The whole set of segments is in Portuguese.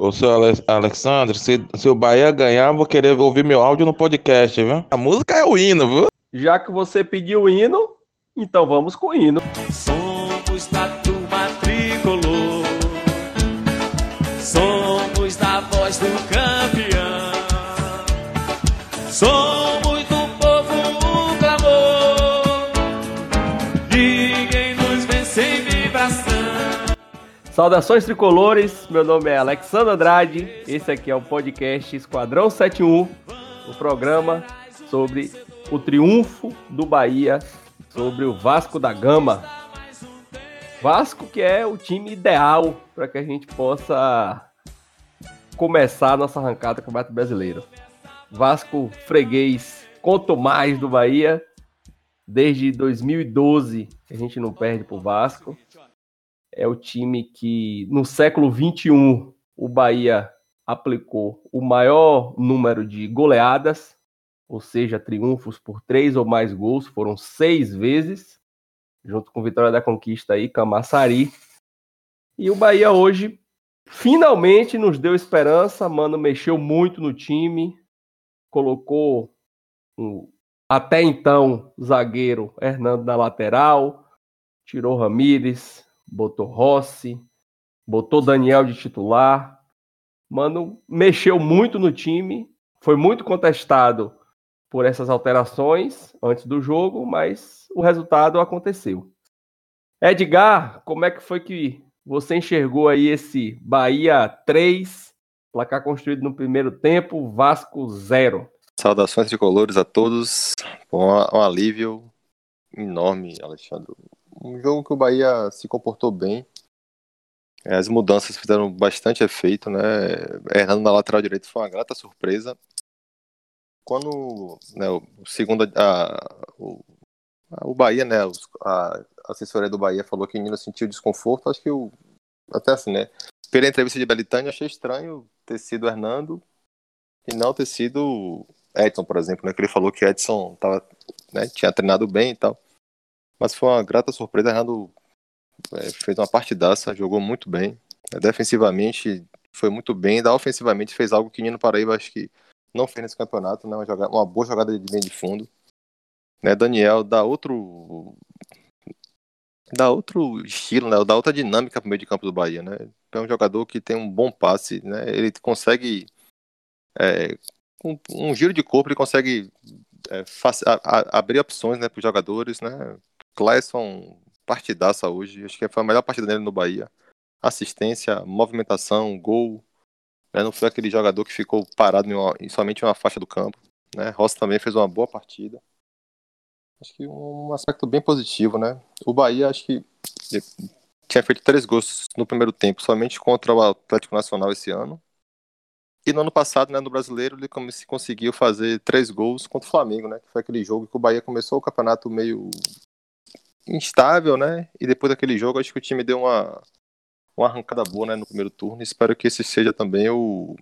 Ô, seu Alexandre, se o Bahia ganhar, eu vou querer ouvir meu áudio no podcast, viu? A música é o hino, viu? Já que você pediu o hino, então vamos com o hino. Somos da turma tricolor, somos da voz do campeão, somos do povo o clamor, ninguém nos vence em vibração. Saudações tricolores, meu nome é Alexandre Andrade, esse aqui é o podcast Esquadrão 71, o programa sobre o triunfo do Bahia sobre o Vasco da Gama. Vasco que é o time ideal para que a gente possa começar a nossa arrancada do Campeonato Brasileiro. Vasco freguês, quanto mais do Bahia, desde 2012 que a gente não perde pro Vasco. É o time que no século XXI o Bahia aplicou o maior número de goleadas, ou seja, triunfos por 3 ou mais gols, foram 6 vezes, junto com Vitória da Conquista e Camaçari. E o Bahia hoje finalmente nos deu esperança, mano, mexeu muito no time, colocou até então zagueiro Hernando na lateral, tirou Ramírez, botou Rossi, botou Daniel de titular. Mano, mexeu muito no time, foi muito contestado por essas alterações antes do jogo, mas o resultado aconteceu. Edgar, como é que foi que você enxergou aí esse Bahia 3, placar construído no primeiro tempo, Vasco 0? Saudações tricolores a todos. Um alívio enorme, Alexandre. Um jogo que o Bahia se comportou bem. As mudanças fizeram bastante efeito, né? Hernando na lateral direita foi uma grata surpresa. Quando, né, o Bahia, né, a assessoria do Bahia falou que o Nino sentiu desconforto, acho que até assim, né, pela entrevista de Belitani, achei estranho ter sido Hernando e não ter sido Edson, por exemplo, né, que ele falou que Edson tava, né, tinha treinado bem e tal, mas foi uma grata surpresa. Hernando fez uma partidaça, jogou muito bem, defensivamente foi muito bem, ainda ofensivamente fez algo que Nino Paraíba acho que não fez nesse campeonato, né? Uma boa jogada de meio de fundo, né? Daniel dá outro estilo, né? Dá outra dinâmica para o meio de campo do Bahia, né? É um jogador que tem um bom passe, né? Ele consegue com um giro de corpo ele consegue abrir opções, né, para os jogadores, né? Clayson, partidaça hoje, acho que foi a melhor partida dele no Bahia. Assistência, movimentação, gol. Não foi aquele jogador que ficou parado somente em uma faixa do campo, né? Rossi também fez uma boa partida. Acho que um aspecto bem positivo, né? O Bahia, acho que tinha feito 3 gols no primeiro tempo, somente contra o Atlético Nacional esse ano. E no ano passado, né, no Brasileiro, ele conseguiu fazer 3 gols contra o Flamengo, né? Que foi aquele jogo que o Bahia começou o campeonato meio instável, né? E depois daquele jogo, acho que o time deu uma arrancada boa, né, no primeiro turno. Espero que esse seja também um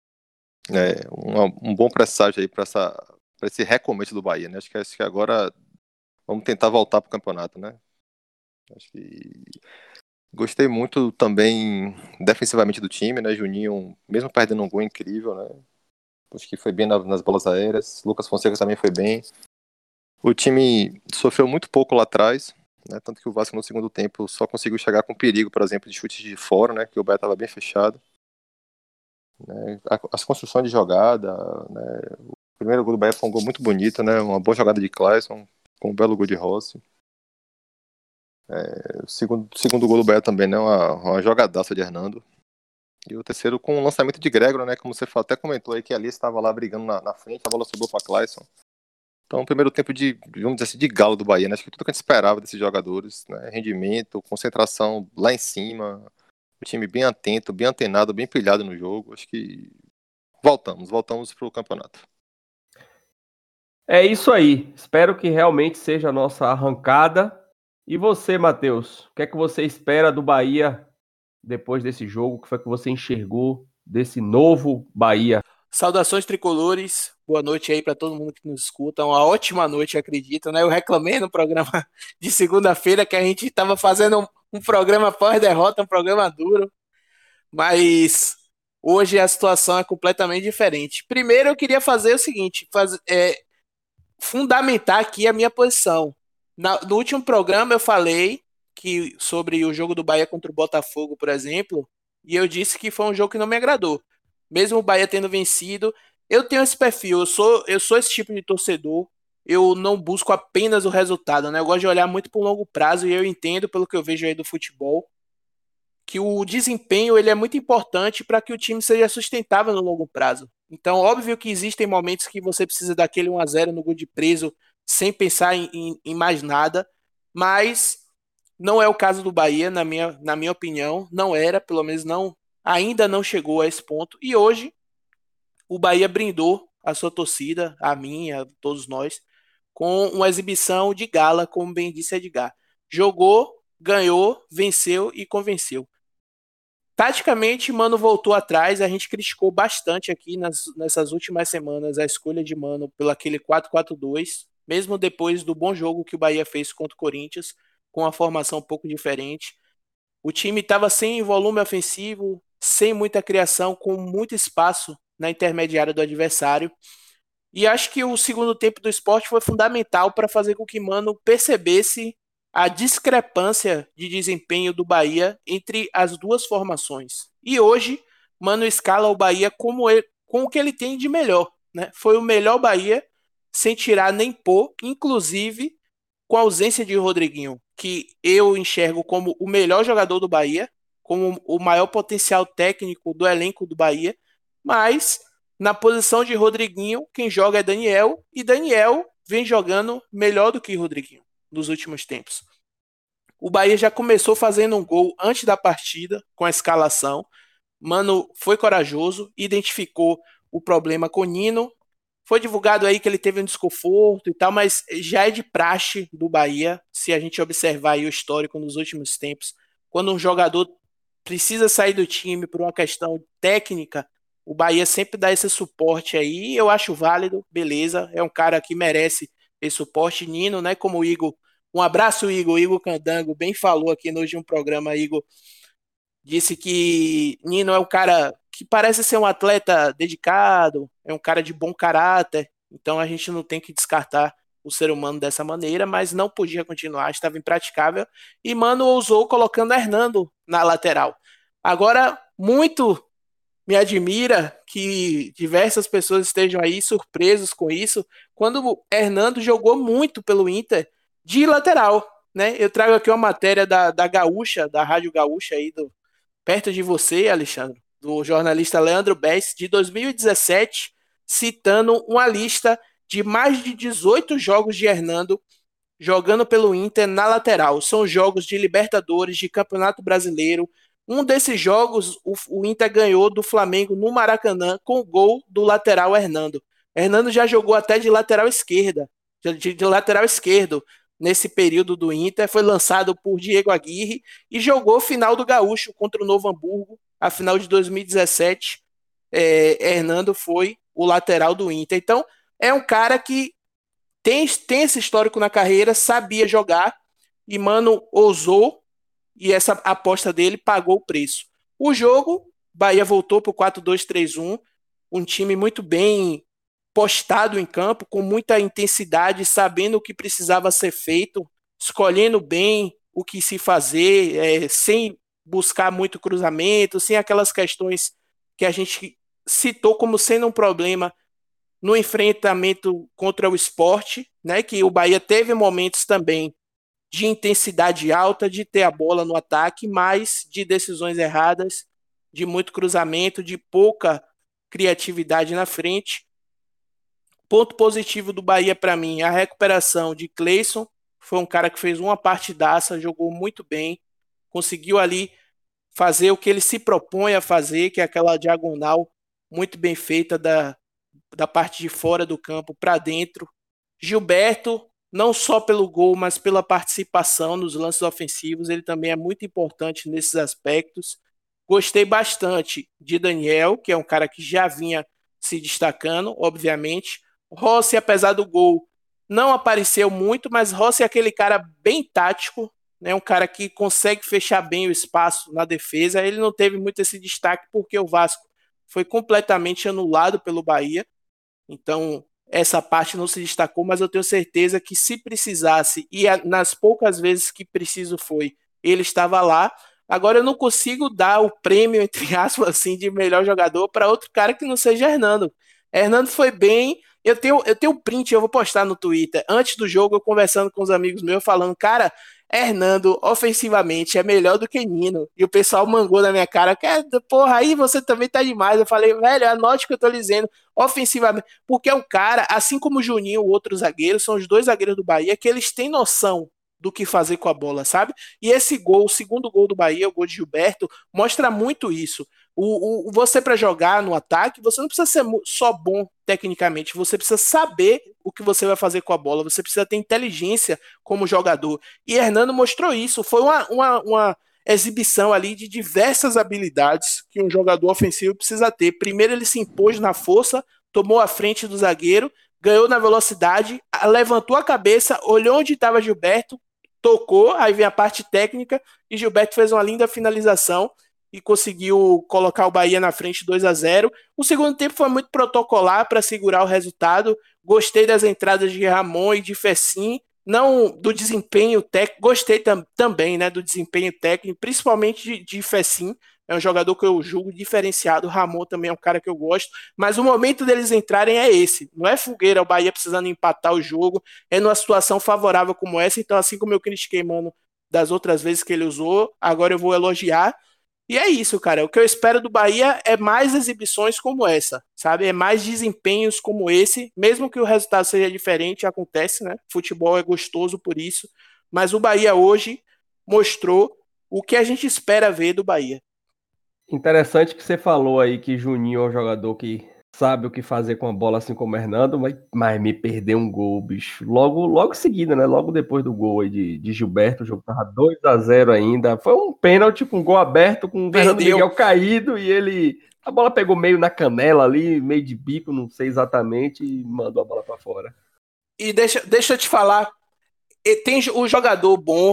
bom presságio aí para esse recomeço do Bahia, né? Acho que agora vamos tentar voltar para o campeonato, né? Acho que gostei muito também defensivamente do time, né? Juninho, mesmo perdendo um gol incrível, né? Acho que foi bem nas bolas aéreas. Lucas Fonseca também foi bem. O time sofreu muito pouco lá atrás, né? Tanto que o Vasco no segundo tempo só conseguiu chegar com perigo, por exemplo, de chute de fora, né? Que o Bahia estava bem fechado, né? As construções de jogada, né? O primeiro gol do Bahia foi um gol muito bonito, né? Uma boa jogada de Clayson com um belo gol de Rossi. O segundo gol do Bahia também, né? Uma jogadaça de Hernando. E o terceiro com o lançamento de Gregor, né? Como você até comentou aí que ali estava lá brigando na frente, a bola sobrou para Clayson. Então, primeiro tempo vamos dizer assim, de galo do Bahia, né? Acho que tudo que a gente esperava desses jogadores, né? Rendimento, concentração lá em cima, o time bem atento, bem antenado, bem pilhado no jogo. Acho que voltamos pro campeonato. É isso aí. Espero que realmente seja a nossa arrancada. E você, Matheus, o que é que você espera do Bahia depois desse jogo? O que foi que você enxergou desse novo Bahia? Saudações tricolores, boa noite aí para todo mundo que nos escuta, uma ótima noite, acredito, né? Eu reclamei no programa de segunda-feira que a gente estava fazendo um programa pós-derrota, um programa duro, mas Hoje a situação é completamente diferente. Primeiro, eu queria fazer o seguinte: fundamentar aqui a minha posição. No último programa, eu falei sobre o jogo do Bahia contra o Botafogo, por exemplo, e eu disse que foi um jogo que não me agradou. Mesmo o Bahia tendo vencido, eu tenho esse perfil, eu sou esse tipo de torcedor. Eu não busco apenas o resultado, né? Eu gosto de olhar muito para o longo prazo e eu entendo, pelo que eu vejo aí do futebol, que o desempenho ele é muito importante para que o time seja sustentável no longo prazo. Então, óbvio que existem momentos que você precisa daquele 1-0 no gol de preso sem pensar em mais nada, mas não é o caso do Bahia, na minha opinião. Não era, pelo menos não, ainda não chegou a esse ponto. E hoje, o Bahia brindou a sua torcida, a mim, a todos nós, com uma exibição de gala, como bem disse Edgar. Jogou, ganhou, venceu e convenceu. Taticamente, Mano voltou atrás. A gente criticou bastante aqui nessas últimas semanas a escolha de Mano pelo aquele 4-4-2, mesmo depois do bom jogo que o Bahia fez contra o Corinthians, com uma formação um pouco diferente. O time estava sem volume ofensivo, sem muita criação, com muito espaço na intermediária do adversário. E acho que o segundo tempo do Sport foi fundamental para fazer com que Mano percebesse a discrepância de desempenho do Bahia entre as duas formações. E hoje, Mano escala o Bahia com o que ele tem de melhor, né? Foi o melhor Bahia, sem tirar nem pôr, inclusive com a ausência de Rodriguinho, que eu enxergo como o melhor jogador do Bahia, como o maior potencial técnico do elenco do Bahia, mas na posição de Rodriguinho, quem joga é Daniel, e Daniel vem jogando melhor do que Rodriguinho nos últimos tempos. O Bahia já começou fazendo um gol antes da partida, com a escalação. Mano foi corajoso, identificou o problema com Nino. Foi divulgado aí que ele teve um desconforto e tal, mas já é de praxe do Bahia, se a gente observar aí o histórico nos últimos tempos. Quando um jogador precisa sair do time por uma questão técnica, o Bahia sempre dá esse suporte aí. Eu acho válido, beleza. É um cara que merece esse suporte. Nino, né? Como o Igor. Um abraço, Igor. Igor Candango bem falou aqui no último programa. Igor disse que Nino é um cara que parece ser um atleta dedicado, é um cara de bom caráter. Então a gente não tem que descartar o ser humano dessa maneira, mas não podia continuar, estava impraticável. E Mano ousou colocando Hernando na lateral. Agora, muito me admira que diversas pessoas estejam aí surpresos com isso, quando o Hernando jogou muito pelo Inter de lateral, né? Eu trago aqui uma matéria da Gaúcha, da Rádio Gaúcha aí, perto de você, Alexandre, do jornalista Leandro Bess, de 2017, citando uma lista de mais de 18 jogos de Hernando jogando pelo Inter na lateral. São jogos de Libertadores, de Campeonato Brasileiro. Um desses jogos, o Inter ganhou do Flamengo no Maracanã com o gol do lateral Hernando. Hernando já jogou até de lateral esquerda, de lateral esquerdo nesse período do Inter. Foi lançado por Diego Aguirre e jogou final do Gaúcho contra o Novo Hamburgo. A final de 2017, Hernando foi o lateral do Inter. Então, é um cara que tem esse histórico na carreira, sabia jogar e, Mano, ousou. E essa aposta dele pagou o preço. O jogo, Bahia voltou para o 4-2-3-1, um time muito bem postado em campo, com muita intensidade, sabendo o que precisava ser feito, escolhendo bem o que se fazer, sem buscar muito cruzamento, sem aquelas questões que a gente citou como sendo um problema no enfrentamento contra o Sport, né, que o Bahia teve momentos também de intensidade alta, de ter a bola no ataque, mas de decisões erradas, de muito cruzamento, de pouca criatividade na frente. Ponto positivo do Bahia para mim, a recuperação de Cleison, foi um cara que fez uma partidaça, jogou muito bem, conseguiu ali fazer o que ele se propõe a fazer, que é aquela diagonal muito bem feita da parte de fora do campo para dentro. Gilberto, não só pelo gol, mas pela participação nos lances ofensivos, ele também é muito importante nesses aspectos. Gostei bastante de Daniel, que é um cara que já vinha se destacando, obviamente. Rossi, apesar do gol, não apareceu muito, mas Rossi é aquele cara bem tático, né? Um cara que consegue fechar bem o espaço na defesa. Ele não teve muito esse destaque porque o Vasco foi completamente anulado pelo Bahia. Então, essa parte não se destacou, mas eu tenho certeza que se precisasse, e nas poucas vezes que preciso foi, ele estava lá. Agora eu não consigo dar o prêmio, entre aspas, assim, de melhor jogador para outro cara que não seja Hernando. Hernando foi bem. Eu tenho um print, eu vou postar no Twitter. Antes do jogo, eu conversando com os amigos meus, falando, cara, Hernando, ofensivamente, é melhor do que Nino. E o pessoal mangou na minha cara, que porra, aí você também tá demais. Eu falei, velho, anote o que eu tô dizendo, ofensivamente. Porque é um cara, assim como o Juninho, o outro zagueiro, são os dois zagueiros do Bahia, que eles têm noção do que fazer com a bola, sabe? E esse gol, o segundo gol do Bahia, o gol de Gilberto, mostra muito isso. Você para jogar no ataque, você não precisa ser só bom tecnicamente, você precisa saber o que você vai fazer com a bola, você precisa ter inteligência como jogador. E Hernando mostrou isso, foi uma exibição ali de diversas habilidades que um jogador ofensivo precisa ter. Primeiro ele se impôs na força, tomou a frente do zagueiro, ganhou na velocidade, levantou a cabeça, olhou onde estava Gilberto, tocou, aí vem a parte técnica, e Gilberto fez uma linda finalização e conseguiu colocar o Bahia na frente 2-0. O segundo tempo foi muito protocolar para segurar o resultado. Gostei das entradas de Ramon e de Fecim, não do desempenho técnico, gostei também, né, do desempenho técnico, principalmente de Fecim. É um jogador que eu julgo diferenciado. O Ramon também é um cara que eu gosto. Mas o momento deles entrarem é esse. Não é fogueira, o Bahia precisando empatar o jogo. É numa situação favorável como essa. Então, assim como eu critiquei, mano, das outras vezes que ele usou, agora eu vou elogiar. E é isso, cara. O que eu espero do Bahia é mais exibições como essa, sabe? É mais desempenhos como esse. Mesmo que o resultado seja diferente, acontece, né? Futebol é gostoso por isso. Mas o Bahia hoje mostrou o que a gente espera ver do Bahia. Interessante que você falou aí que Juninho é um jogador que sabe o que fazer com a bola, assim como o Hernando, mas me perdeu um gol, bicho. Logo seguida, né? Logo depois do gol aí de Gilberto, o jogo tava 2-0 ainda. Foi um pênalti com gol aberto, com o Fernando Miguel caído e a bola pegou meio na canela ali, meio de bico, não sei exatamente, e mandou a bola para fora. E deixa eu te falar, tem o jogador bom,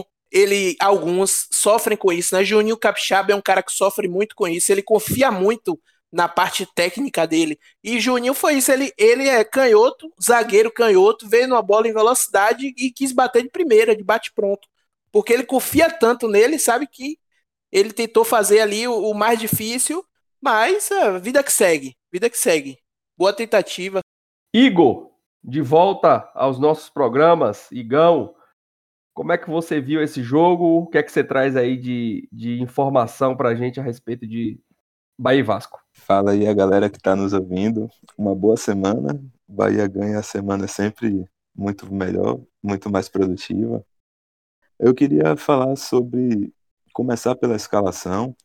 alguns sofrem com isso, né? Juninho Capixaba é um cara que sofre muito com isso, ele confia muito na parte técnica dele. E Juninho foi isso, ele é canhoto, zagueiro canhoto, veio numa bola em velocidade e quis bater de primeira, de bate-pronto. Porque ele confia tanto nele, sabe que ele tentou fazer ali o mais difícil, mas vida que segue, vida que segue. Boa tentativa. Igor, de volta aos nossos programas, Igão, como é que você viu esse jogo? O que é que você traz aí de informação pra gente a respeito de Bahia e Vasco? Fala aí a galera que está nos ouvindo. Uma boa semana. Bahia ganha, a semana é sempre muito melhor, muito mais produtiva. Eu queria falar sobre começar pela escalação.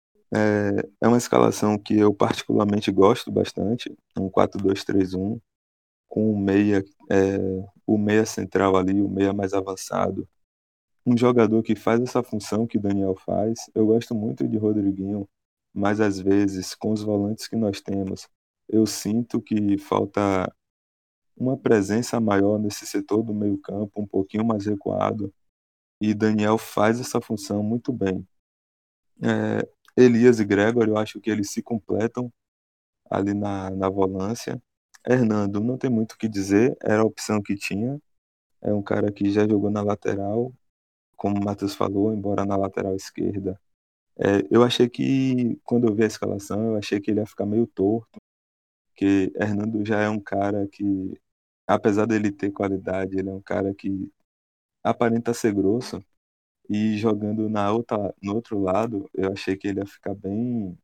É uma escalação que eu particularmente gosto bastante. É um 4-2-3-1 com o meia central ali, o meia mais avançado. Um jogador que faz essa função que o Daniel faz. Eu gosto muito de Rodriguinho, mas às vezes, com os volantes que nós temos, eu sinto que falta uma presença maior nesse setor do meio-campo, um pouquinho mais recuado, e Daniel faz essa função muito bem. Elias e Gregor, eu acho que eles se completam ali na volância. Hernando, não tem muito o que dizer, era a opção que tinha. É um cara que já jogou na lateral, como o Matheus falou, embora na lateral esquerda. Eu achei que, quando eu vi a escalação, eu achei que ele ia ficar meio torto, porque Hernando já é um cara que, apesar dele ter qualidade, ele é um cara que aparenta ser grosso, e jogando no outro lado, eu achei que ele ia ficar bem,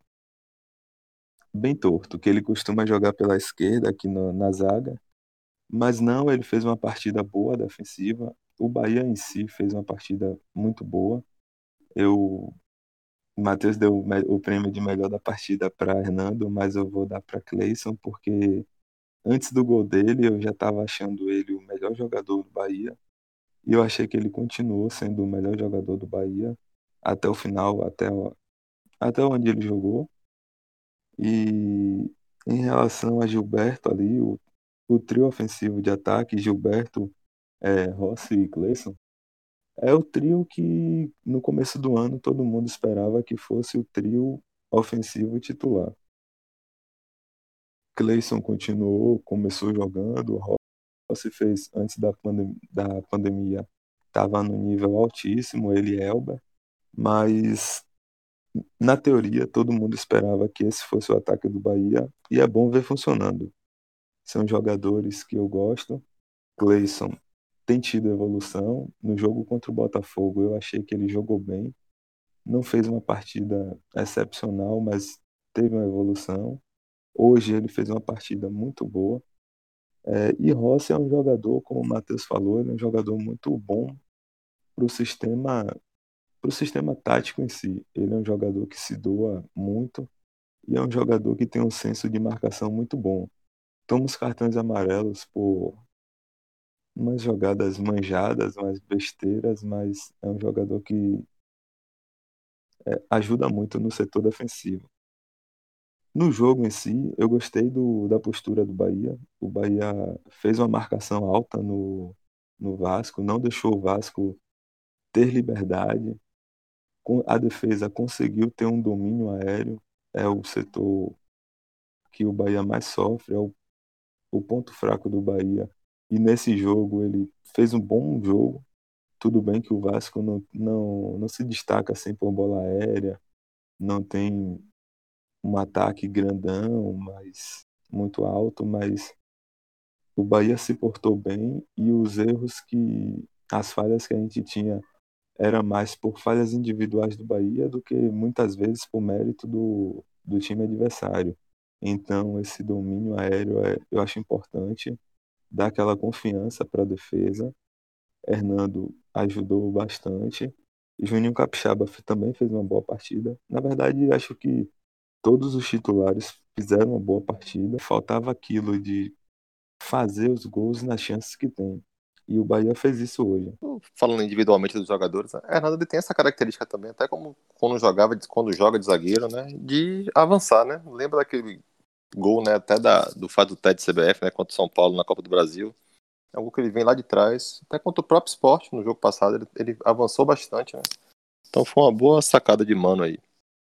bem torto, que ele costuma jogar pela esquerda aqui na zaga, mas não, ele fez uma partida boa defensiva, o Bahia em si fez uma partida muito boa. O Matheus deu o prêmio de melhor da partida para Hernando, mas eu vou dar para Cleison, porque antes do gol dele eu já estava achando ele o melhor jogador do Bahia, e eu achei que ele continuou sendo o melhor jogador do Bahia até o final, até onde ele jogou. E em relação a Gilberto ali, o trio ofensivo de ataque, Gilberto, Rossi e Cleison, é o trio que no começo do ano todo mundo esperava que fosse o trio ofensivo titular. Cleison continuou, começou jogando. Rossi fez antes da pandemia, estava no nível altíssimo, ele e Elber. Mas, na teoria, todo mundo esperava que esse fosse o ataque do Bahia. E é bom ver funcionando. São jogadores que eu gosto. Cleison tem tido evolução. No jogo contra o Botafogo, eu achei que ele jogou bem. Não fez uma partida excepcional, mas teve uma evolução. Hoje ele fez uma partida muito boa. E Rossi é um jogador, como o Matheus falou, ele é um jogador muito bom para o sistema tático em si. Ele é um jogador que se doa muito e é um jogador que tem um senso de marcação muito bom. Toma os cartões amarelos por umas jogadas manjadas, umas besteiras, mas é um jogador que ajuda muito no setor defensivo. No jogo em si, eu gostei da postura do Bahia. O Bahia fez uma marcação alta no Vasco, não deixou o Vasco ter liberdade. A defesa conseguiu ter um domínio aéreo. É o setor que o Bahia mais sofre, é o ponto fraco do Bahia. E nesse jogo ele fez um bom jogo. Tudo bem que o Vasco não se destaca assim por bola aérea, não tem um ataque grandão, mas muito alto, mas o Bahia se portou bem e os erros as falhas que a gente tinha era mais por falhas individuais do Bahia do que muitas vezes por mérito do time adversário. Então esse domínio aéreo eu acho importante, dar aquela confiança para a defesa. Hernando ajudou bastante. E Juninho Capixaba também fez uma boa partida. Na verdade, acho que todos os titulares fizeram uma boa partida. Faltava aquilo de fazer os gols nas chances que tem. E o Bahia fez isso hoje. Falando individualmente dos jogadores, Hernando ele tem essa característica também, até como quando joga de zagueiro, né, de avançar, né? Lembra daquele gol, né, até do fato do TED CBF, né, contra o São Paulo na Copa do Brasil. É algo que ele vem lá de trás, até contra o próprio Sport no jogo passado, ele avançou bastante, né? Então foi uma boa sacada de mano aí.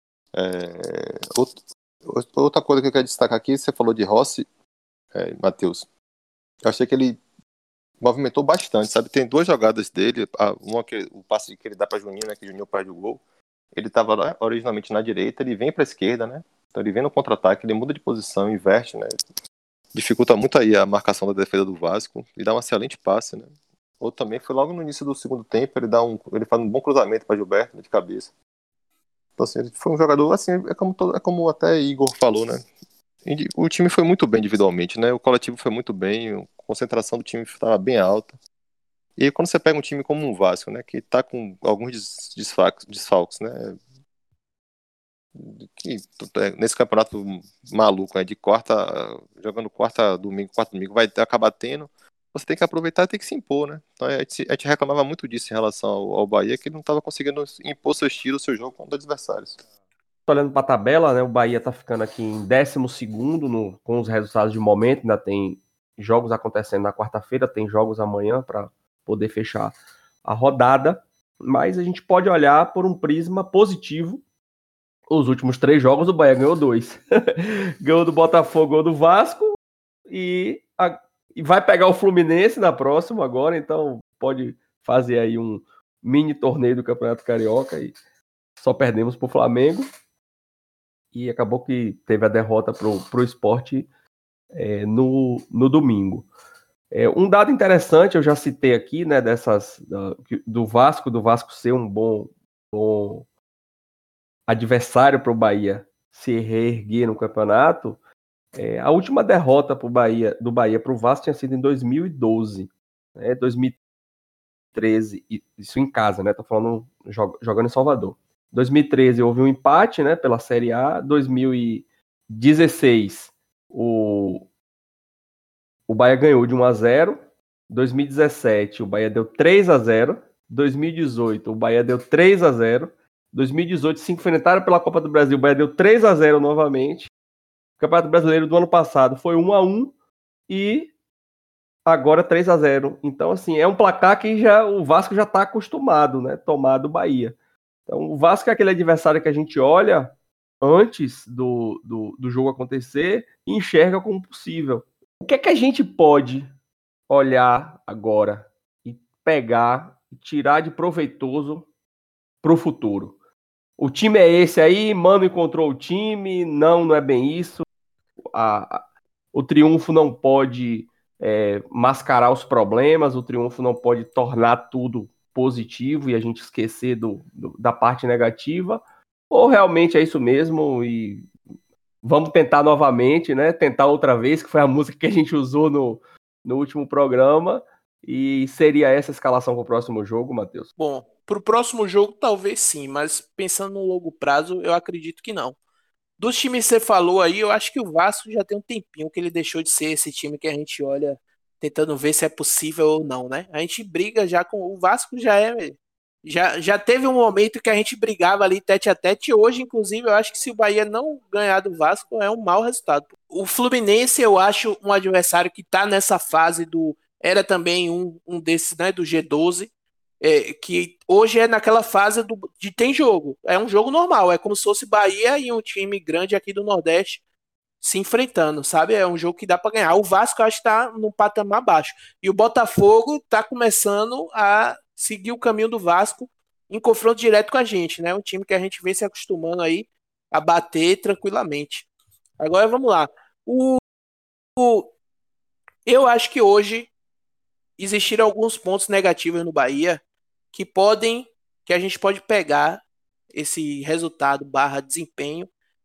Outra coisa que eu quero destacar aqui, você falou de Rossi, Matheus. Eu achei que ele movimentou bastante, sabe? Tem duas jogadas dele, uma o passe que ele dá para Juninho, né, que Juninho perde o gol. Ele estava originalmente na direita, ele vem para a esquerda, né? Então ele vem no contra-ataque, ele muda de posição, inverte, né? Dificulta muito aí a marcação da defesa do Vasco e dá um excelente passe, né? Outro também foi logo no início do segundo tempo, ele faz um bom cruzamento para Gilberto, né, de cabeça. Então assim, ele foi um jogador assim, é como até Igor falou, né? O time foi muito bem individualmente, né? O coletivo foi muito bem, a concentração do time estava bem alta. E aí, quando você pega um time como o Vasco, né, que está com alguns desfalques, né? Que, nesse campeonato maluco, né, de jogando quarta domingo, vai acabar tendo. Você tem que aproveitar e tem que se impor, né? Então a gente reclamava muito disso em relação ao Bahia, que ele não estava conseguindo impor seu estilo, seu jogo contra os adversários. Olhando para a tabela, né, o Bahia está ficando aqui em 12º com os resultados de momento. Ainda tem jogos acontecendo na quarta-feira, tem jogos amanhã para poder fechar a rodada. Mas a gente pode olhar por um prisma positivo. Os últimos 3 jogos o Bahia ganhou 2. Ganhou do Botafogo, ganhou do Vasco e vai pegar o Fluminense na próxima agora. Então pode fazer aí um mini torneio do Campeonato Carioca e só perdemos para o Flamengo. E acabou que teve a derrota pro Sport no domingo. Um dado interessante, eu já citei aqui, né, do Vasco ser um bom adversário para o Bahia se reerguer no campeonato. A última derrota do Bahia para o Vasco tinha sido em 2012, né, 2013, isso em casa, né, tô falando jogando em Salvador. 2013 houve um empate, né, pela Série A. 2016 o Bahia ganhou de 1-0. 2017 o Bahia deu 3-0. 2018 o Bahia deu 3-0. 2018 se enfrentaram pela Copa do Brasil, o Bahia deu 3-0 novamente. O Campeonato Brasileiro do ano passado foi 1-1 e agora 3-0. Então assim, é um placar que o Vasco já está acostumado, né, tomar do Bahia. Então, o Vasco é aquele adversário que a gente olha antes do jogo acontecer e enxerga como possível. O que é que a gente pode olhar agora e pegar e tirar de proveitoso para o futuro? O time é esse aí, Mano encontrou o time, não é bem isso. O Triunfo não pode mascarar os problemas, o Triunfo não pode tornar tudo positivo e a gente esquecer da parte negativa, ou realmente é isso mesmo e vamos tentar novamente, né? Tentar outra vez, que foi a música que a gente usou no último programa, e seria essa a escalação para o próximo jogo, Matheus? Bom, pro próximo jogo talvez sim, mas pensando no longo prazo, eu acredito que não. Dos times que você falou aí, eu acho que o Vasco já tem um tempinho que ele deixou de ser esse time que a gente olha tentando ver se é possível ou não, né? A gente briga já com o Vasco, já teve um momento que a gente brigava ali tete a tete, e hoje, inclusive, eu acho que se o Bahia não ganhar do Vasco é um mau resultado. O Fluminense eu acho um adversário que tá nessa fase era também um desses, né, do G12, que hoje é naquela fase de tem jogo. É um jogo normal, é como se fosse Bahia e um time grande aqui do Nordeste se enfrentando, sabe? É um jogo que dá para ganhar. O Vasco, eu acho que tá num patamar baixo. E o Botafogo tá começando a seguir o caminho do Vasco em confronto direto com a gente, né? Um time que a gente vem se acostumando aí a bater tranquilamente. Agora vamos lá. Eu acho que hoje existiram alguns pontos negativos no Bahia que a gente pode pegar esse resultado / desempenho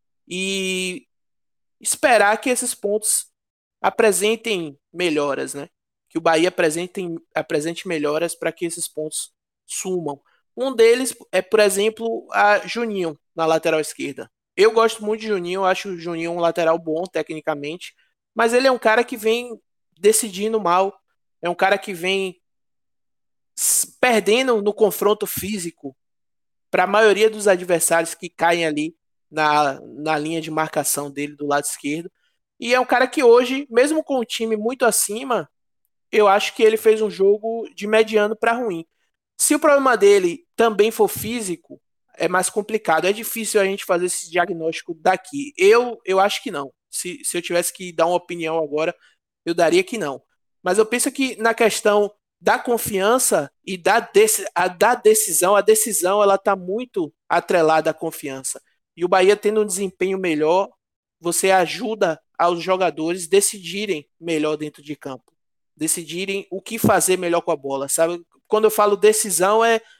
e esperar que esses pontos apresentem melhoras, né? Que o Bahia apresente melhoras para que esses pontos sumam. Um deles é, por exemplo, a Juninho na lateral esquerda. Eu gosto muito de Juninho, eu acho o Juninho um lateral bom tecnicamente, mas ele é um cara que vem decidindo mal, é um cara que vem perdendo no confronto físico para a maioria dos adversários que caem ali na linha de marcação dele do lado esquerdo. E é um cara que hoje, mesmo com o time muito acima, eu acho que ele fez um jogo de mediano para ruim. Se o problema dele também for físico, é mais complicado. É difícil a gente fazer esse diagnóstico daqui. Eu acho que não. Se eu tivesse que dar uma opinião agora, eu daria que não. Mas eu penso que na questão da confiança e da decisão, a decisão ela está muito atrelada à confiança. E o Bahia tendo um desempenho melhor, você ajuda aos jogadores decidirem melhor dentro de campo, decidirem o que fazer melhor com a bola, sabe? Quando eu falo decisão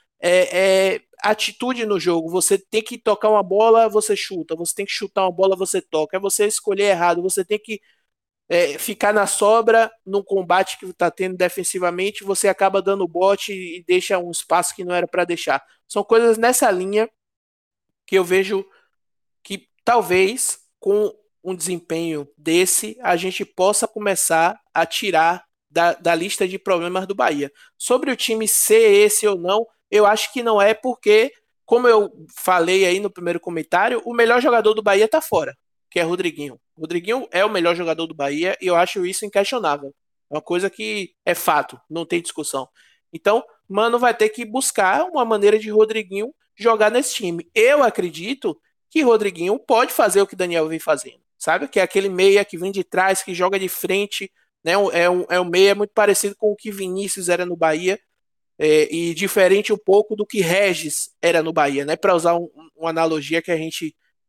é atitude no jogo. Você tem que tocar uma bola, você chuta. Você tem que chutar uma bola, você toca. É você escolher errado. Você tem que ficar na sobra num combate que está tendo defensivamente. Você acaba dando bote e deixa um espaço que não era para deixar. São coisas nessa linha que eu vejo que talvez com um desempenho desse a gente possa começar a tirar da lista de problemas do Bahia. Sobre o time ser esse ou não, eu acho que não é, porque, como eu falei aí no primeiro comentário, o melhor jogador do Bahia tá fora, que é Rodriguinho. Rodriguinho é o melhor jogador do Bahia e eu acho isso inquestionável. É uma coisa que é fato, não tem discussão. Então, Mano vai ter que buscar uma maneira de Rodriguinho jogar nesse time. Eu acredito que Rodriguinho pode fazer o que Daniel vem fazendo, sabe? Que é aquele meia que vem de trás, que joga de frente, né? É um meia muito parecido com o que Vinícius era no Bahia, e diferente um pouco do que Regis era no Bahia, né? Para usar uma analogia que a gente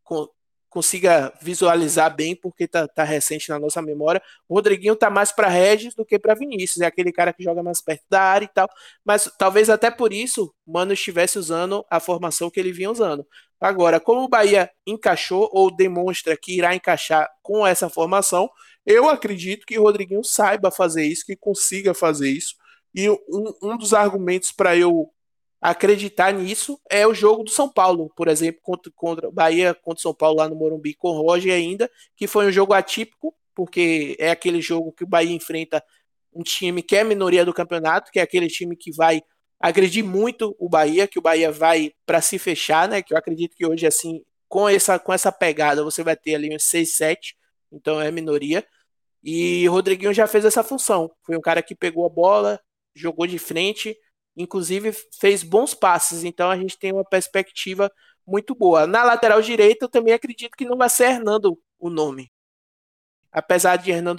consiga visualizar bem, porque tá recente na nossa memória. O Rodriguinho tá mais para Regis do que para Vinícius, é aquele cara que joga mais perto da área e tal, mas talvez até por isso Mano estivesse usando a formação que ele vinha usando. Agora, como o Bahia encaixou ou demonstra que irá encaixar com essa formação, eu acredito que o Rodriguinho saiba fazer isso, que consiga fazer isso. E um dos argumentos para eu acreditar nisso é o jogo do São Paulo, por exemplo, contra o Bahia, contra o São Paulo lá no Morumbi, com o Roger ainda, que foi um jogo atípico, porque é aquele jogo que o Bahia enfrenta um time que é minoria do campeonato, que é aquele time que vai agredir muito o Bahia, que o Bahia vai para se fechar, né? Que eu acredito que hoje, assim, com essa pegada, você vai ter ali uns 6-7, então é minoria. E o Rodriguinho já fez essa função. Foi um cara que pegou a bola, jogou de frente, inclusive fez bons passes. Então a gente tem uma perspectiva muito boa. Na lateral direita, eu também acredito que não vai ser Hernando o nome. Apesar de Hernando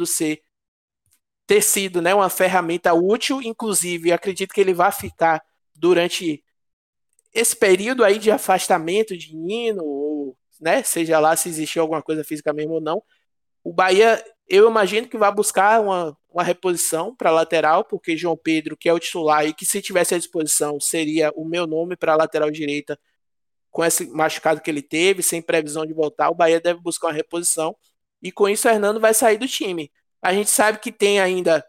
ter sido, né, uma ferramenta útil, inclusive, acredito que ele vai ficar durante esse período aí de afastamento de Nino, ou, né, seja lá se existir alguma coisa física mesmo ou não. O Bahia, eu imagino que vai buscar uma reposição para lateral, porque João Pedro, que é o titular e que se tivesse à disposição seria o meu nome para a lateral direita, com esse machucado que ele teve, sem previsão de voltar, o Bahia deve buscar uma reposição e com isso o Hernando vai sair do time. A gente sabe que tem ainda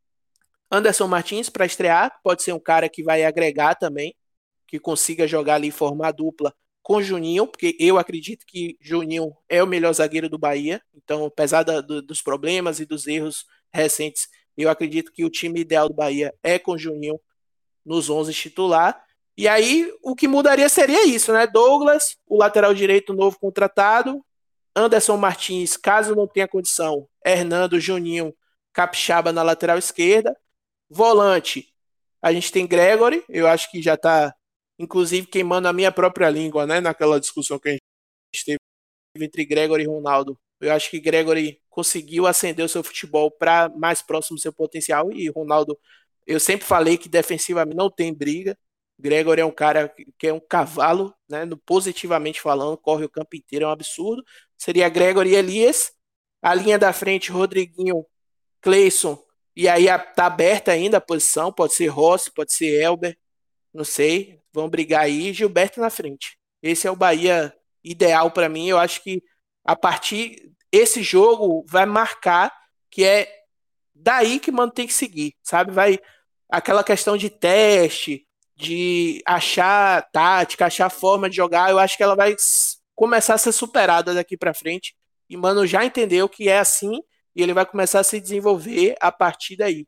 Anderson Martins para estrear, pode ser um cara que vai agregar também, que consiga jogar ali e formar dupla com Juninho, porque eu acredito que Juninho é o melhor zagueiro do Bahia, então apesar dos problemas e dos erros recentes, eu acredito que o time ideal do Bahia é com Juninho nos 11 titular. E aí o que mudaria seria isso, né? Douglas, o lateral direito novo contratado, Anderson Martins, caso não tenha condição, Hernando, Juninho, Capixaba na lateral esquerda. Volante, a gente tem Gregory, eu acho que já está, inclusive, queimando a minha própria língua, né? Naquela discussão que a gente teve entre Gregory e Ronaldo. Eu acho que Gregory conseguiu acender o seu futebol para mais próximo do seu potencial e Ronaldo, eu sempre falei que defensivamente não tem briga. Gregory é um cara que é um cavalo, né? Positivamente falando, corre o campo inteiro, é um absurdo. Seria Gregory e Elias. A linha da frente, Rodriguinho, Cleison. E aí tá aberta ainda a posição. Pode ser Rossi, pode ser Elber. Não sei. Vão brigar aí. Gilberto na frente. Esse é o Bahia ideal para mim. Eu acho que a partir esse jogo vai marcar que é daí que o mano tem que seguir, sabe? Vai aquela questão de teste, de achar tática, achar forma de jogar, eu acho que ela vai começar a ser superada daqui para frente. E mano já entendeu que é assim e ele vai começar a se desenvolver a partir daí.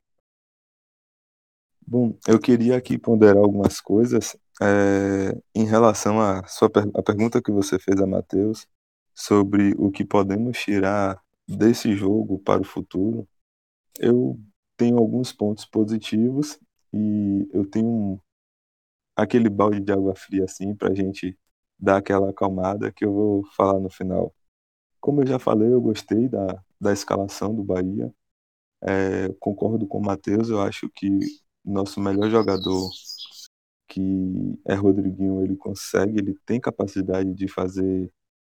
Bom, eu queria aqui ponderar algumas coisas em relação a pergunta que você fez a Matheus sobre o que podemos tirar desse jogo para o futuro. Eu tenho alguns pontos positivos e eu tenho aquele balde de água fria assim para a gente dar aquela acalmada que eu vou falar no final. Como eu já falei, eu gostei da escalação do Bahia. Concordo com o Matheus, eu acho que nosso melhor jogador, que é Rodriguinho, ele tem capacidade de fazer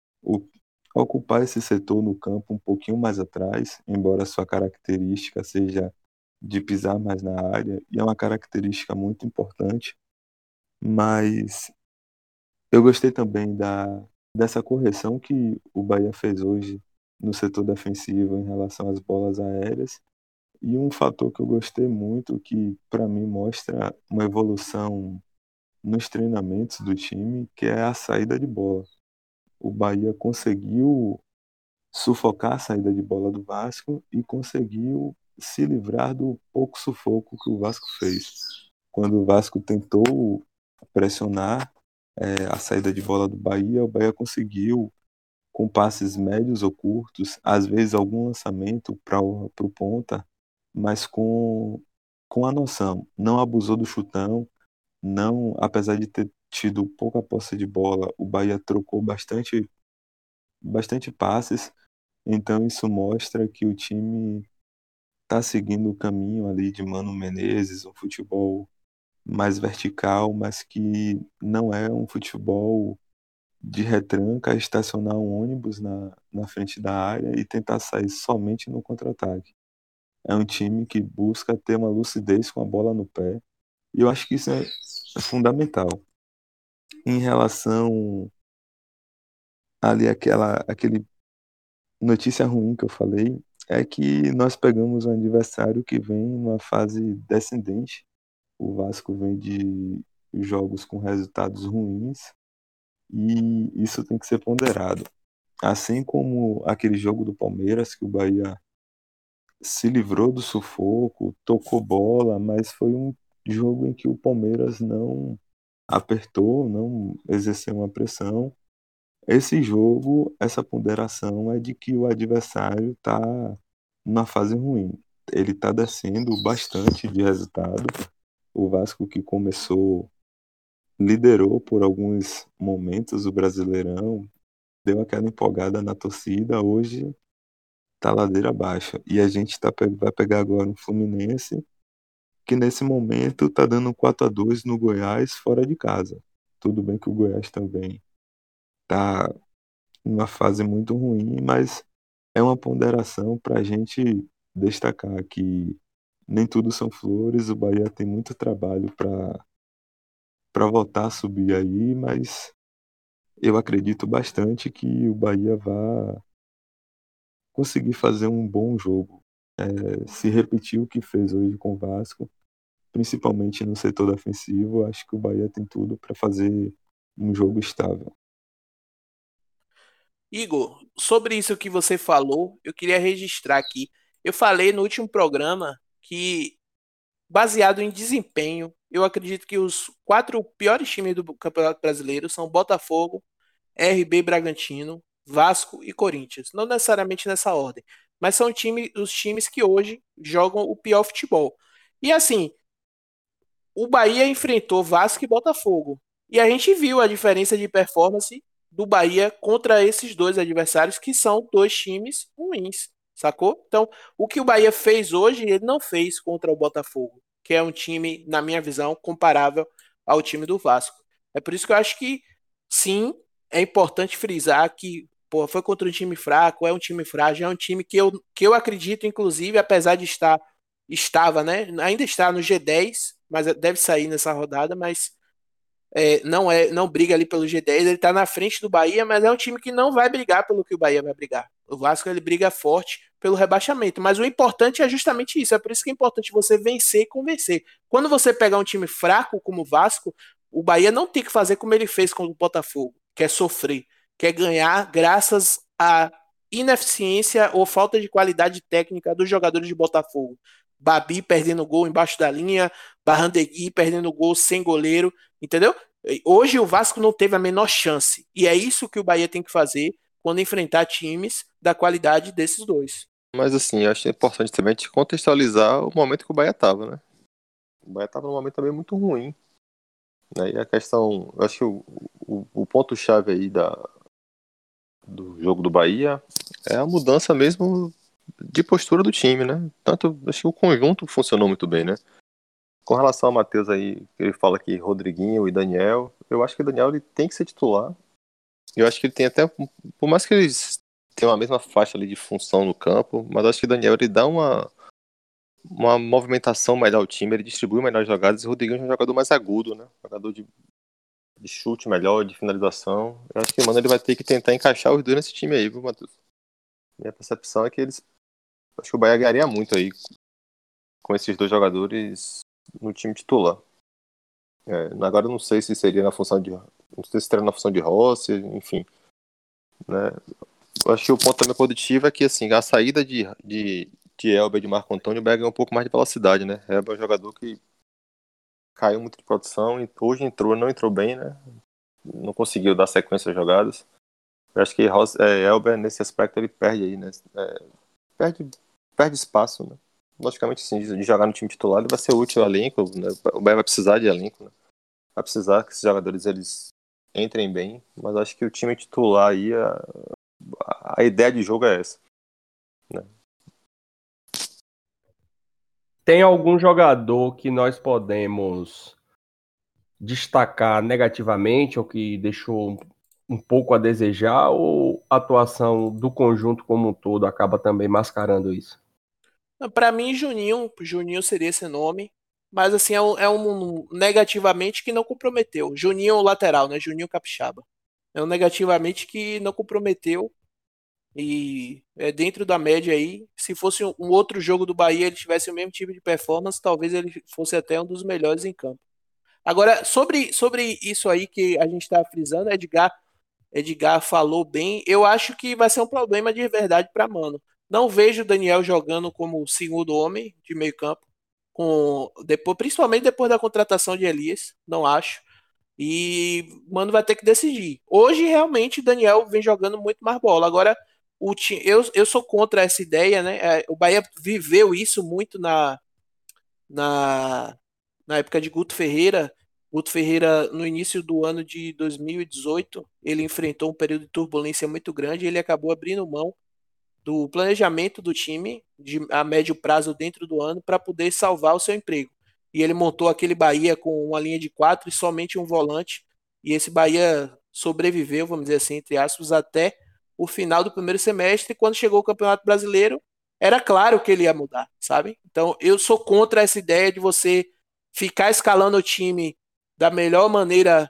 ocupar esse setor no campo um pouquinho mais atrás, embora sua característica seja de pisar mais na área, e é uma característica muito importante, mas eu gostei também dessa correção que o Bahia fez hoje no setor defensivo em relação às bolas aéreas. E um fator que eu gostei muito, que para mim mostra uma evolução nos treinamentos do time, que é a saída de bola. O Bahia conseguiu sufocar a saída de bola do Vasco e conseguiu se livrar do pouco sufoco que o Vasco fez. Quando o Vasco tentou pressionar a saída de bola do Bahia, o Bahia conseguiu, com passes médios ou curtos, às vezes algum lançamento para o ponta, mas com a noção. Não abusou do chutão, não, apesar de ter tido pouca posse de bola, o Bahia trocou bastante passes, então isso mostra que o time está seguindo o caminho ali de Mano Menezes, um futebol mais vertical, mas que não é um futebol de retranca, estacionar um ônibus na frente da área e tentar sair somente no contra-ataque. É um time que busca ter uma lucidez com a bola no pé, e eu acho que isso é fundamental. Em relação ali aquele notícia ruim que eu falei, é que nós pegamos um adversário que vem numa fase descendente. O Vasco vem de jogos com resultados ruins e isso tem que ser ponderado. Assim como aquele jogo do Palmeiras, que o Bahia se livrou do sufoco, tocou bola, mas foi um jogo em que o Palmeiras não apertou, não exerceu uma pressão. Esse jogo, essa ponderação é de que o adversário está numa fase ruim. Ele está descendo bastante de resultado. O Vasco, que começou liderou por alguns momentos o Brasileirão, deu aquela empolgada na torcida, hoje tá ladeira abaixo. E a gente vai pegar agora um Fluminense, que nesse momento tá dando 4-2 no Goiás fora de casa. Tudo bem que o Goiás também tá numa fase muito ruim, mas é uma ponderação para a gente destacar que nem tudo são flores, o Bahia tem muito trabalho para voltar a subir aí, mas eu acredito bastante que o Bahia vai conseguir fazer um bom jogo. Se repetir o que fez hoje com o Vasco, principalmente no setor defensivo, acho que o Bahia tem tudo para fazer um jogo estável. Igor, sobre isso que você falou, eu queria registrar aqui. Eu falei no último programa que, baseado em desempenho, eu acredito que os 4 piores times do Campeonato Brasileiro são Botafogo, RB Bragantino, Vasco e Corinthians. Não necessariamente nessa ordem, mas são os times que hoje jogam o pior futebol. E assim, o Bahia enfrentou Vasco e Botafogo. E a gente viu a diferença de performance do Bahia contra esses dois adversários, que são dois times ruins, sacou? Então, o que o Bahia fez hoje, ele não fez contra o Botafogo, que é um time, na minha visão, comparável ao time do Vasco. É por isso que eu acho que, sim, é importante frisar que pô, foi contra um time fraco, é um time frágil, é um time que eu acredito, inclusive, apesar de estava, né? Ainda está no G10, mas deve sair nessa rodada, mas não briga ali pelo G10, ele está na frente do Bahia, mas é um time que não vai brigar pelo que o Bahia vai brigar. O Vasco ele briga forte pelo rebaixamento, mas o importante é justamente isso, é por isso que é importante você vencer e convencer. Quando você pegar um time fraco como o Vasco, o Bahia não tem que fazer como ele fez com o Botafogo, que é sofrer, que é ganhar graças à ineficiência ou falta de qualidade técnica dos jogadores de Botafogo. Babi perdendo gol embaixo da linha, Barrandegui perdendo gol sem goleiro, entendeu? Hoje o Vasco não teve a menor chance. E é isso que o Bahia tem que fazer quando enfrentar times da qualidade desses dois. Mas assim, eu acho importante também a gente contextualizar o momento que o Bahia estava, né? O Bahia estava num momento também muito ruim. Né? E a questão, eu acho que o ponto-chave aí do jogo do Bahia é a mudança mesmo de postura do time, né? Tanto, acho que o conjunto funcionou muito bem, né? Com relação ao Matheus aí, ele fala que Rodriguinho e Daniel, eu acho que o Daniel ele tem que ser titular. Eu acho que ele tem até, por mais que eles tenham a mesma faixa ali de função no campo, mas eu acho que o Daniel ele dá uma movimentação melhor ao time, ele distribui melhor as jogadas, e o Rodriguinho é um jogador mais agudo, né? Jogador de chute melhor, de finalização. Eu acho que, mano, ele vai ter que tentar encaixar os dois nesse time aí, viu, Matheus? Minha percepção é que acho que o Bahia ganharia muito aí com esses dois jogadores no time titular. Agora eu não sei se seria na função de. Não sei se seria na função de Rossi, enfim. Né? Eu acho que o ponto também positivo é que assim, a saída de Elber e de Marco Antônio ganhou um pouco mais de velocidade, né? Elber é um jogador que caiu muito de produção e hoje não entrou bem, né? Não conseguiu dar sequência às jogadas. Eu acho que Elber, nesse aspecto, ele perde aí, né? Perde espaço, né? Logicamente, sim, de jogar no time titular, ele vai ser útil ao elenco, né? O Bahia vai precisar de elenco, né? Vai precisar que esses jogadores eles entrem bem, mas acho que o time titular aí, a ideia de jogo é essa. Né? Tem algum jogador que nós podemos destacar negativamente ou que deixou um pouco a desejar, ou a atuação do conjunto como um todo acaba também mascarando isso? Para mim, Juninho seria esse nome, mas assim, é um negativamente que não comprometeu. Juninho lateral, né? Juninho Capixaba. É um negativamente que não comprometeu e é dentro da média aí. Se fosse um outro jogo do Bahia, ele tivesse o mesmo tipo de performance, talvez ele fosse até um dos melhores em campo. Agora, sobre isso aí que a gente está frisando, Edgar falou bem. Eu acho que vai ser um problema de verdade para Mano. Não vejo o Daniel jogando como segundo homem de meio campo, principalmente depois da contratação de Elias. Não acho. E Mano vai ter que decidir. Hoje, realmente, o Daniel vem jogando muito mais bola. Agora, eu sou contra essa ideia, né? O Bahia viveu isso muito na época de Guto Ferreira, Guto Ferreira, no início do ano de 2018, ele enfrentou um período de turbulência muito grande e ele acabou abrindo mão do planejamento do time a médio prazo dentro do ano para poder salvar o seu emprego. E ele montou aquele Bahia com uma linha de 4 e somente um volante. E esse Bahia sobreviveu, vamos dizer assim, entre aspas, até o final do primeiro semestre. E quando chegou o Campeonato Brasileiro, era claro que ele ia mudar, sabe? Então eu sou contra essa ideia de você ficar escalando o time da melhor maneira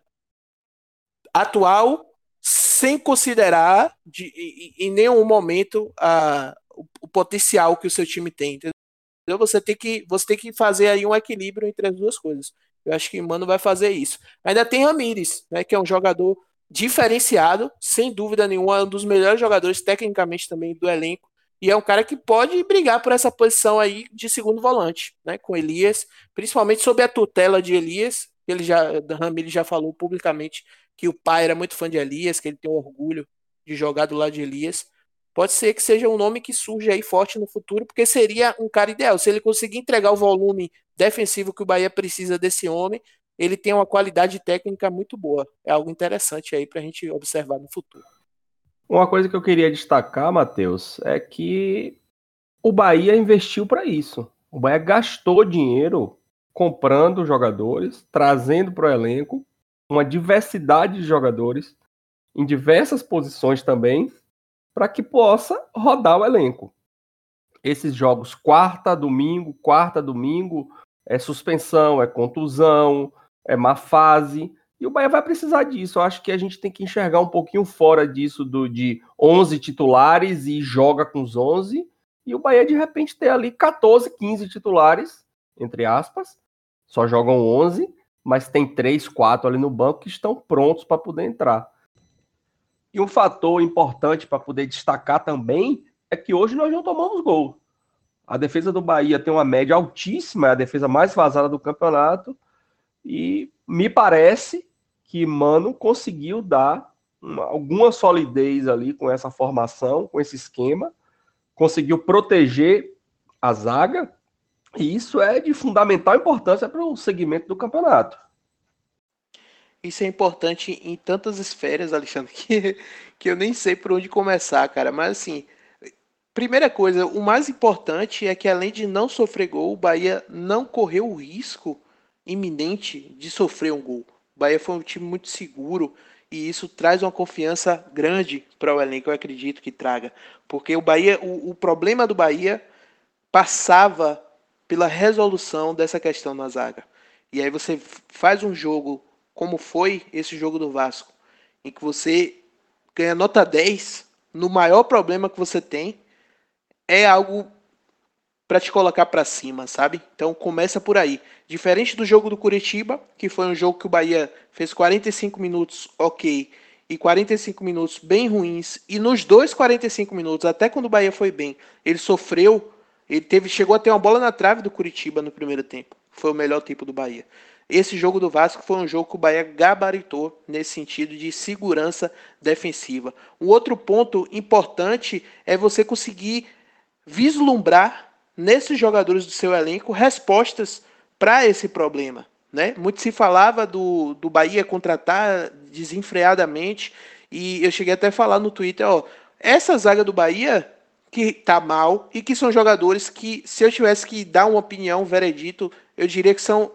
atual, sem considerar em nenhum momento o potencial que o seu time tem, entendeu? Você tem que fazer aí um equilíbrio entre as duas coisas. Eu acho que o Mano vai fazer isso. Ainda tem Ramires, né, que é um jogador diferenciado, sem dúvida nenhuma, é um dos melhores jogadores tecnicamente também do elenco, e é um cara que pode brigar por essa posição aí de segundo volante, né, com Elias, principalmente sob a tutela de Elias. Ramires já falou publicamente que o pai era muito fã de Elias, que ele tem orgulho de jogar do lado de Elias. Pode ser que seja um nome que surja aí forte no futuro, porque seria um cara ideal. Se ele conseguir entregar o volume defensivo que o Bahia precisa desse homem, ele tem uma qualidade técnica muito boa. É algo interessante aí para a gente observar no futuro. Uma coisa que eu queria destacar, Matheus, é que o Bahia investiu para isso. O Bahia gastou dinheiro comprando jogadores, trazendo para o elenco uma diversidade de jogadores em diversas posições também, para que possa rodar o elenco. Esses jogos quarta, domingo, é suspensão, é contusão, é má fase, e o Bahia vai precisar disso. Eu acho que a gente tem que enxergar um pouquinho fora disso de 11 titulares e joga com os 11, e o Bahia de repente ter ali 14, 15 titulares, entre aspas, só jogam 11, mas tem 3, 4 ali no banco que estão prontos para poder entrar. E um fator importante para poder destacar também é que hoje nós não tomamos gol. A defesa do Bahia tem uma média altíssima, é a defesa mais vazada do campeonato, e me parece que Mano conseguiu dar alguma solidez ali com essa formação, com esse esquema, conseguiu proteger a zaga, e isso é de fundamental importância para o segmento do campeonato. Isso é importante em tantas esferas, Alexandre, que eu nem sei por onde começar, cara. Mas assim, primeira coisa, o mais importante é que além de não sofrer gol, o Bahia não correu o risco iminente de sofrer um gol. O Bahia foi um time muito seguro e isso traz uma confiança grande para o elenco, eu acredito que traga. Porque o Bahia, o problema do Bahia passava pela resolução dessa questão na zaga. E aí você faz um jogo como foi esse jogo do Vasco, em que você ganha nota 10 no maior problema que você tem, é algo para te colocar para cima, sabe? Então começa por aí. Diferente do jogo do Curitiba, que foi um jogo que o Bahia fez 45 minutos ok e 45 minutos bem ruins, e nos dois 45 minutos, até quando o Bahia foi bem, ele sofreu, chegou a ter uma bola na trave do Curitiba no primeiro tempo. Foi o melhor tempo do Bahia. Esse jogo do Vasco foi um jogo que o Bahia gabaritou nesse sentido de segurança defensiva. Um outro ponto importante é você conseguir vislumbrar nesses jogadores do seu elenco respostas para esse problema, né? Muito se falava do Bahia contratar desenfreadamente, e eu cheguei até a falar no Twitter, essa zaga do Bahia que tá mal, e que são jogadores que, se eu tivesse que dar uma opinião, um veredito, eu diria que são,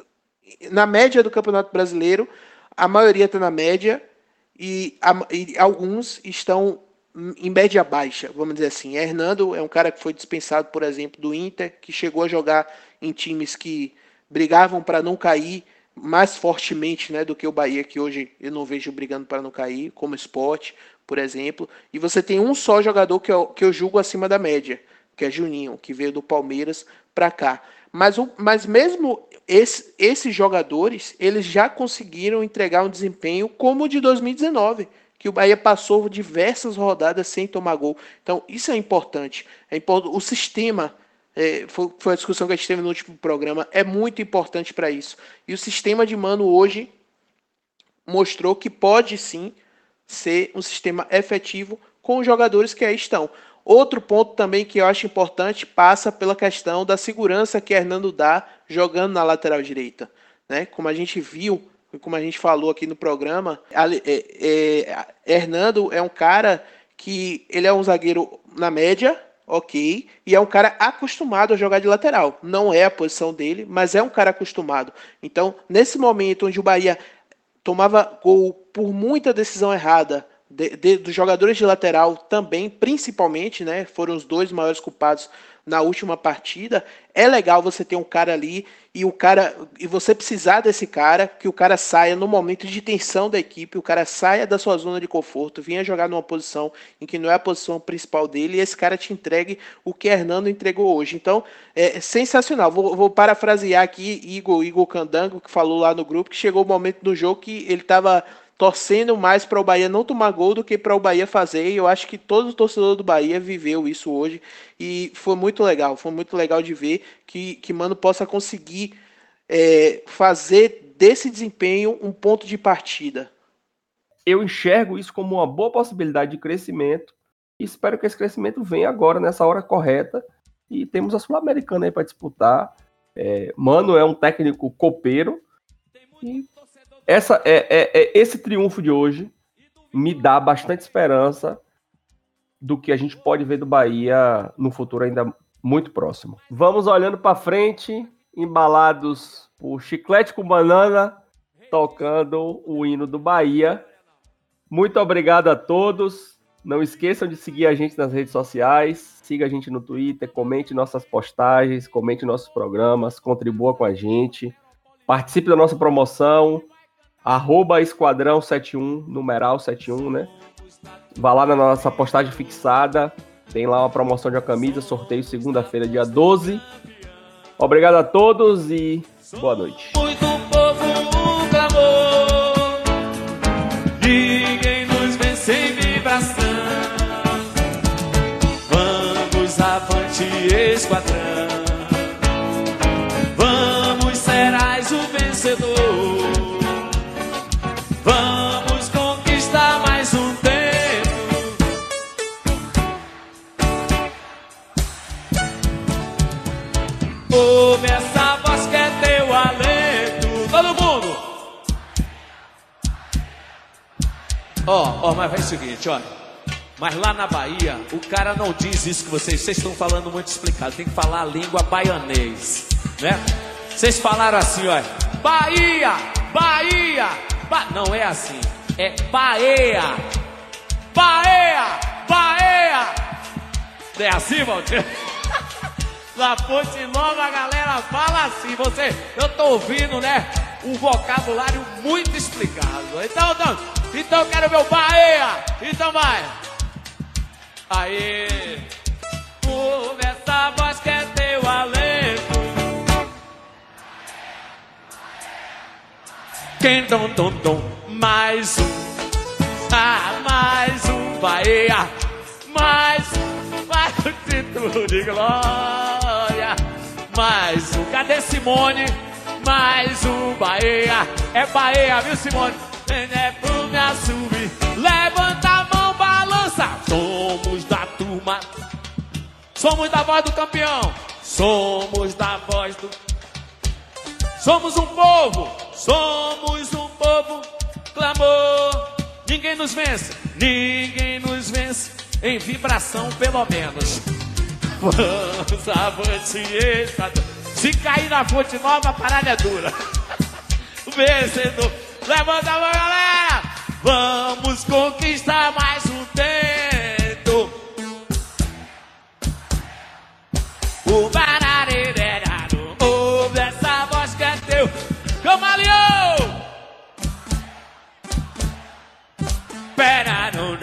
na média do Campeonato Brasileiro, a maioria está na média, e alguns estão em média baixa, vamos dizer assim. Hernando é um cara que foi dispensado, por exemplo, do Inter, que chegou a jogar em times que brigavam para não cair mais fortemente, né, do que o Bahia, que hoje eu não vejo brigando para não cair, como Sport, por exemplo. E você tem um só jogador que eu julgo acima da média, que é Juninho, que veio do Palmeiras para cá. Mas mesmo esses jogadores, eles já conseguiram entregar um desempenho como o de 2019, que o Bahia passou diversas rodadas sem tomar gol. Então, isso é importante. O sistema, foi a discussão que a gente teve no último programa, é muito importante para isso. E o sistema de Mano hoje mostrou que pode sim ser um sistema efetivo com os jogadores que aí estão. Outro ponto também que eu acho importante passa pela questão da segurança que Hernando dá jogando na lateral direita. né? Como a gente viu, como a gente falou aqui no programa, Hernando é um cara que ele é um zagueiro na média, ok, e é um cara acostumado a jogar de lateral. Não é a posição dele, mas é um cara acostumado. Então, nesse momento onde o Bahia tomava gol por muita decisão errada, dos jogadores de lateral também, principalmente, né, foram os dois maiores culpados na última partida. É legal você ter um cara ali e você precisar desse cara, que o cara saia no momento de tensão da equipe, o cara saia da sua zona de conforto, venha jogar numa posição em que não é a posição principal dele, e esse cara te entregue o que Hernando entregou hoje. Então, é sensacional. Vou parafrasear aqui Igor Candango, que falou lá no grupo, que chegou o momento do jogo que ele estava torcendo mais para o Bahia não tomar gol do que para o Bahia fazer, e eu acho que todo torcedor do Bahia viveu isso hoje, e foi muito legal de ver que Mano possa conseguir fazer desse desempenho um ponto de partida. Eu enxergo isso como uma boa possibilidade de crescimento, e espero que esse crescimento venha agora, nessa hora correta, e temos a Sul-Americana aí para disputar. Mano é um técnico copeiro, e esse triunfo de hoje me dá bastante esperança do que a gente pode ver do Bahia no futuro ainda muito próximo. Vamos olhando para frente, embalados por Chiclete com Banana, tocando o hino do Bahia. Muito obrigado a todos. Não esqueçam de seguir a gente nas redes sociais. Siga a gente no Twitter, comente nossas postagens, comente nossos programas, contribua com a gente. Participe da nossa promoção. @Esquadrão 71, numeral 71, né? Vá lá na nossa postagem fixada. Tem lá uma promoção de uma camisa, sorteio segunda-feira, dia 12. Obrigado a todos e boa noite. Muito povo clamou, ninguém nos vence em vibração. Vamos avante, esquadrão. Vamos, serás o vencedor. Vamos conquistar mais um tempo. Ouve essa voz que é teu alento. Todo mundo! Mas vai o seguinte, olha. Mas lá na Bahia, o cara não diz isso que vocês estão falando muito explicado. Tem que falar a língua baianês, né? Vocês falaram assim, olha. Bahia, Bahia. Não é assim, é Bahia. Bahia, Bahia. Não é assim, Valdir? Na Ponte Nova a galera fala assim. Eu tô ouvindo, né? Um vocabulário muito explicado. Então eu quero ver o Bahia. Então vai. Aê. Ouve essa voz que é teu alento. Quem dom, mais um. Mais um Bahia. Mais um. Mais um título de glória. Mais um. Cadê Simone? Mais um Bahia. É Bahia, viu, Simone? É pro me assumir. Levanta a mão, balança. Somos da turma. Somos da voz do campeão. Somos da voz do... Somos um povo. Somos um povo. Clamor. Ninguém nos vence. Ninguém nos vence. Em vibração, pelo menos. Vamos avante, esquadrão. Se cair na Fonte Nova, a parada é dura. Vencedor. Levanta a mão, galera. Vamos conquistar mais um tempo. O bararererado. Ouve essa voz que é teu. Camaleão. Pera, não.